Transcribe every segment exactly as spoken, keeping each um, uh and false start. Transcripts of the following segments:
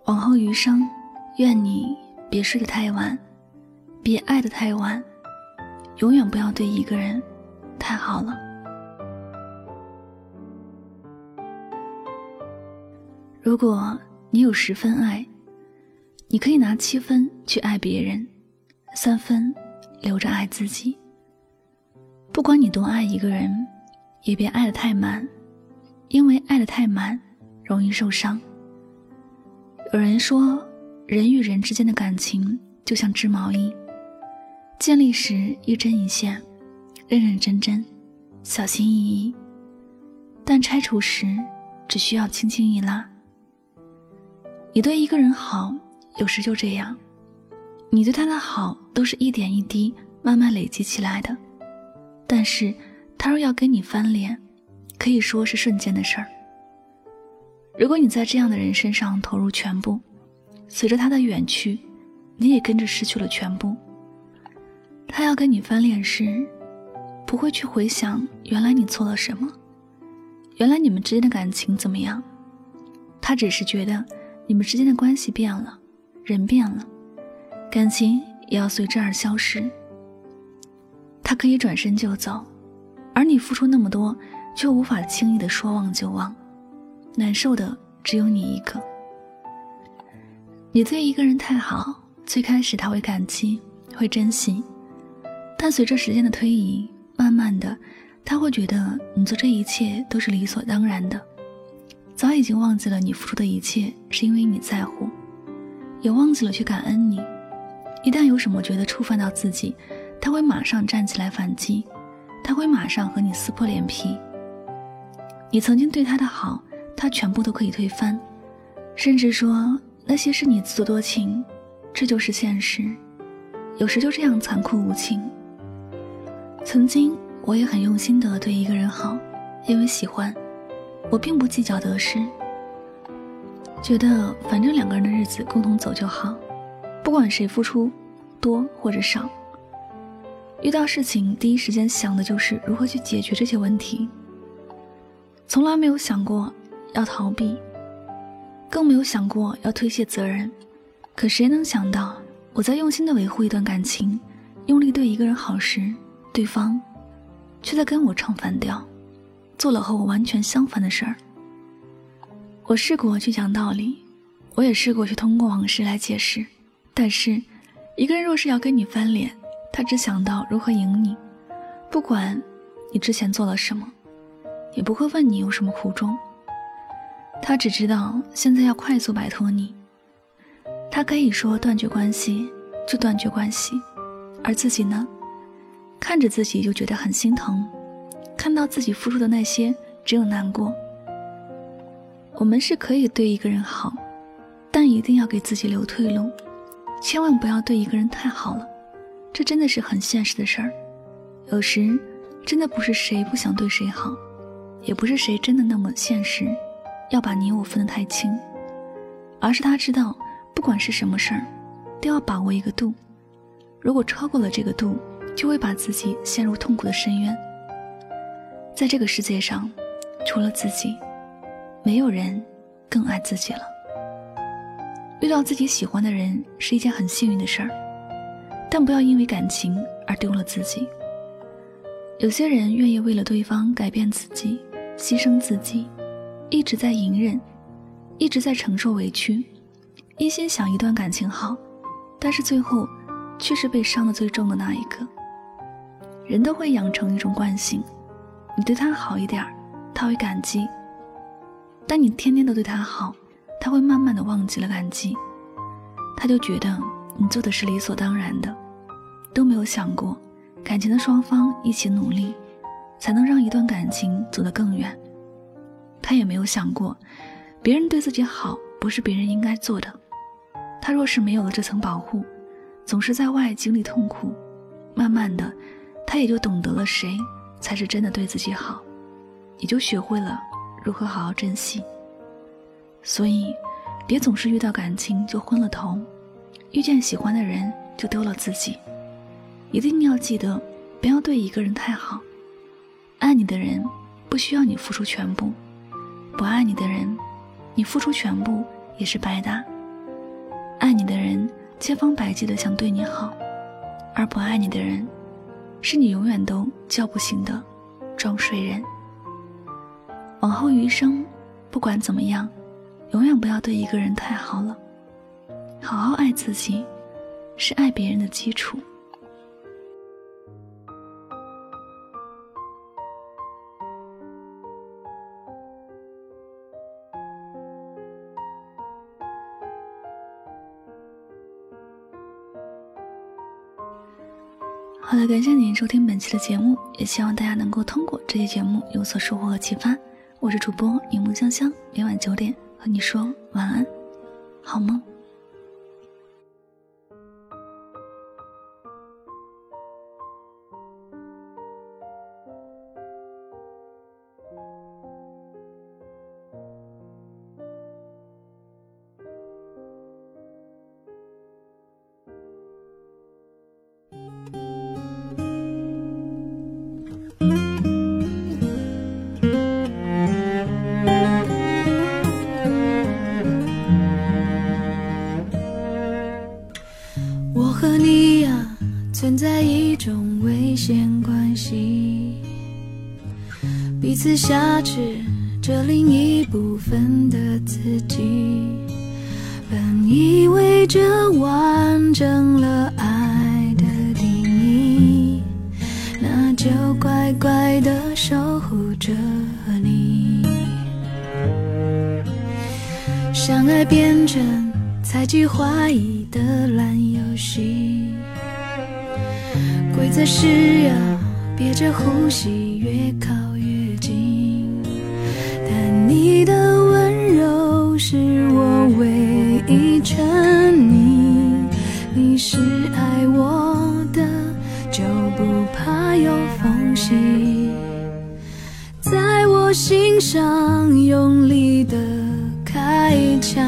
往后余生，愿你别睡得太晚，别爱得太晚，永远不要对一个人太好了。如果你有十分爱，你可以拿七分去爱别人，三分留着爱自己。不管你多爱一个人，也别爱得太满，因为爱得太满容易受伤。有人说，人与人之间的感情就像织毛衣，建立时一针一线，认认真真，小心翼翼，但拆除时只需要轻轻一拉。你对一个人好，有时就这样，你对他的好都是一点一滴慢慢累积起来的，但是他若要跟你翻脸，可以说是瞬间的事儿。如果你在这样的人身上投入全部，随着他的远去，你也跟着失去了全部。他要跟你翻脸时，不会去回想原来你做了什么，原来你们之间的感情怎么样，他只是觉得你们之间的关系变了，人变了，感情也要随之而消失。他可以转身就走，而你付出那么多，却无法轻易的说忘就忘，难受的只有你一个。你对一个人太好，最开始他会感激，会珍惜，但随着时间的推移，慢慢的他会觉得你做这一切都是理所当然的，早已经忘记了你付出的一切是因为你在乎，也忘记了去感恩你。一旦有什么觉得触犯到自己，他会马上站起来反击，他会马上和你撕破脸皮。你曾经对他的好，他全部都可以推翻，甚至说那些是你自作多情，这就是现实，有时就这样残酷无情。曾经我也很用心地对一个人好，因为喜欢，我并不计较得失，觉得反正两个人的日子共同走就好，不管谁付出多或者少。遇到事情第一时间想的就是如何去解决这些问题，从来没有想过要逃避，更没有想过要推卸责任。可谁能想到，我在用心地维护一段感情，用力对一个人好时，对方却在跟我唱反调，做了和我完全相反的事儿。我试过去讲道理，我也试过去通过往事来解释，但是一个人若是要跟你翻脸，他只想到如何赢你，不管你之前做了什么，也不会问你有什么苦衷，他只知道现在要快速摆脱你。他可以说断绝关系就断绝关系，而自己呢，看着自己就觉得很心疼，看到自己付出的那些只有难过。我们是可以对一个人好，但一定要给自己留退路，千万不要对一个人太好了，这真的是很现实的事儿。有时真的不是谁不想对谁好，也不是谁真的那么现实，要把你我分得太清，而是他知道不管是什么事儿都要把握一个度，如果超过了这个度，就会把自己陷入痛苦的深渊。在这个世界上，除了自己，没有人更爱自己了。遇到自己喜欢的人是一件很幸运的事儿，但不要因为感情而丢了自己。有些人愿意为了对方改变自己，牺牲自己，一直在隐忍，一直在承受委屈，一心想一段感情好，但是最后却是被伤得最重的那一个。人都会养成一种惯性，你对他好一点，他会感激，但你天天都对他好，他会慢慢的忘记了感激，他就觉得你做的是理所当然的，都没有想过感情的双方一起努力，才能让一段感情走得更远。他也没有想过，别人对自己好不是别人应该做的，他若是没有了这层保护，总是在外经历痛苦，慢慢的他也就懂得了谁才是真的对自己好，也就学会了如何好好珍惜。所以别总是遇到感情就昏了头，遇见喜欢的人就丢了自己。一定要记得，不要对一个人太好，爱你的人不需要你付出全部，不爱你的人你付出全部也是白搭。 千方百计的想对你好，而不爱你的人，是你永远都叫不醒的装睡人。往后余生，不管怎么样，永远不要对一个人太好了。好好爱自己，是爱别人的基础。好了，感谢您收听本期的节目，也希望大家能够通过这期节目有所收获和启发。我是主播柠檬香香，每晚九点和你说晚安，好梦。 和你呀、啊，存在一种危险关系，彼此挟持着另一部分的自己，本以为这完整了爱的定义，那就乖乖地守护着你。相爱变成猜忌怀疑的烂游戏，规则是要憋着呼吸越靠越近，但你的温柔是我唯一沉溺，你是爱我的就不怕有缝隙，在我心上用力的开枪，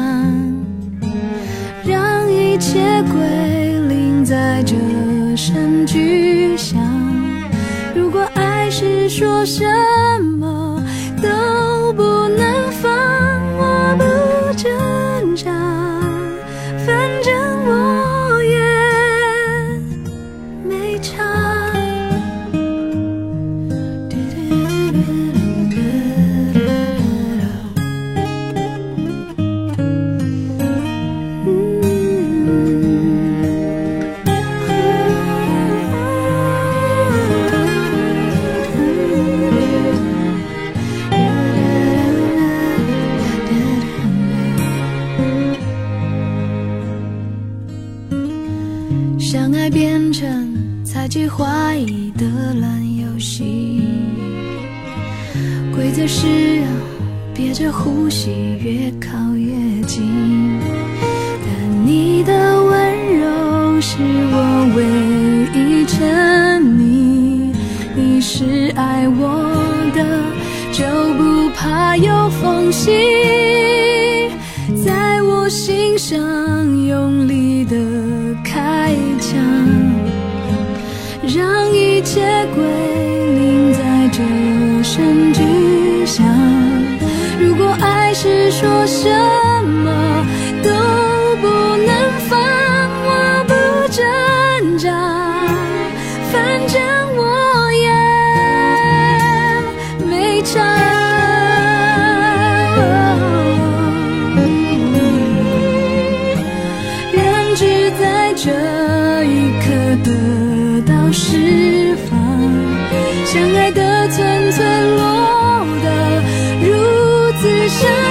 让一切归零在这声巨响。如果爱是说什么都不能放，我不挣扎，反正我也没差。相爱变成猜忌怀疑的烂游戏，规则是要憋着呼吸越靠越近，但你的温柔是我唯一沉溺，你是爱我的就不怕有缝隙，在我心上用力的开枪，让一切归零在这声巨响。如果爱是说什么都不能放，我不挣扎，反正我也没差。人只在这一刻得到释放，相爱的寸寸落得如此深。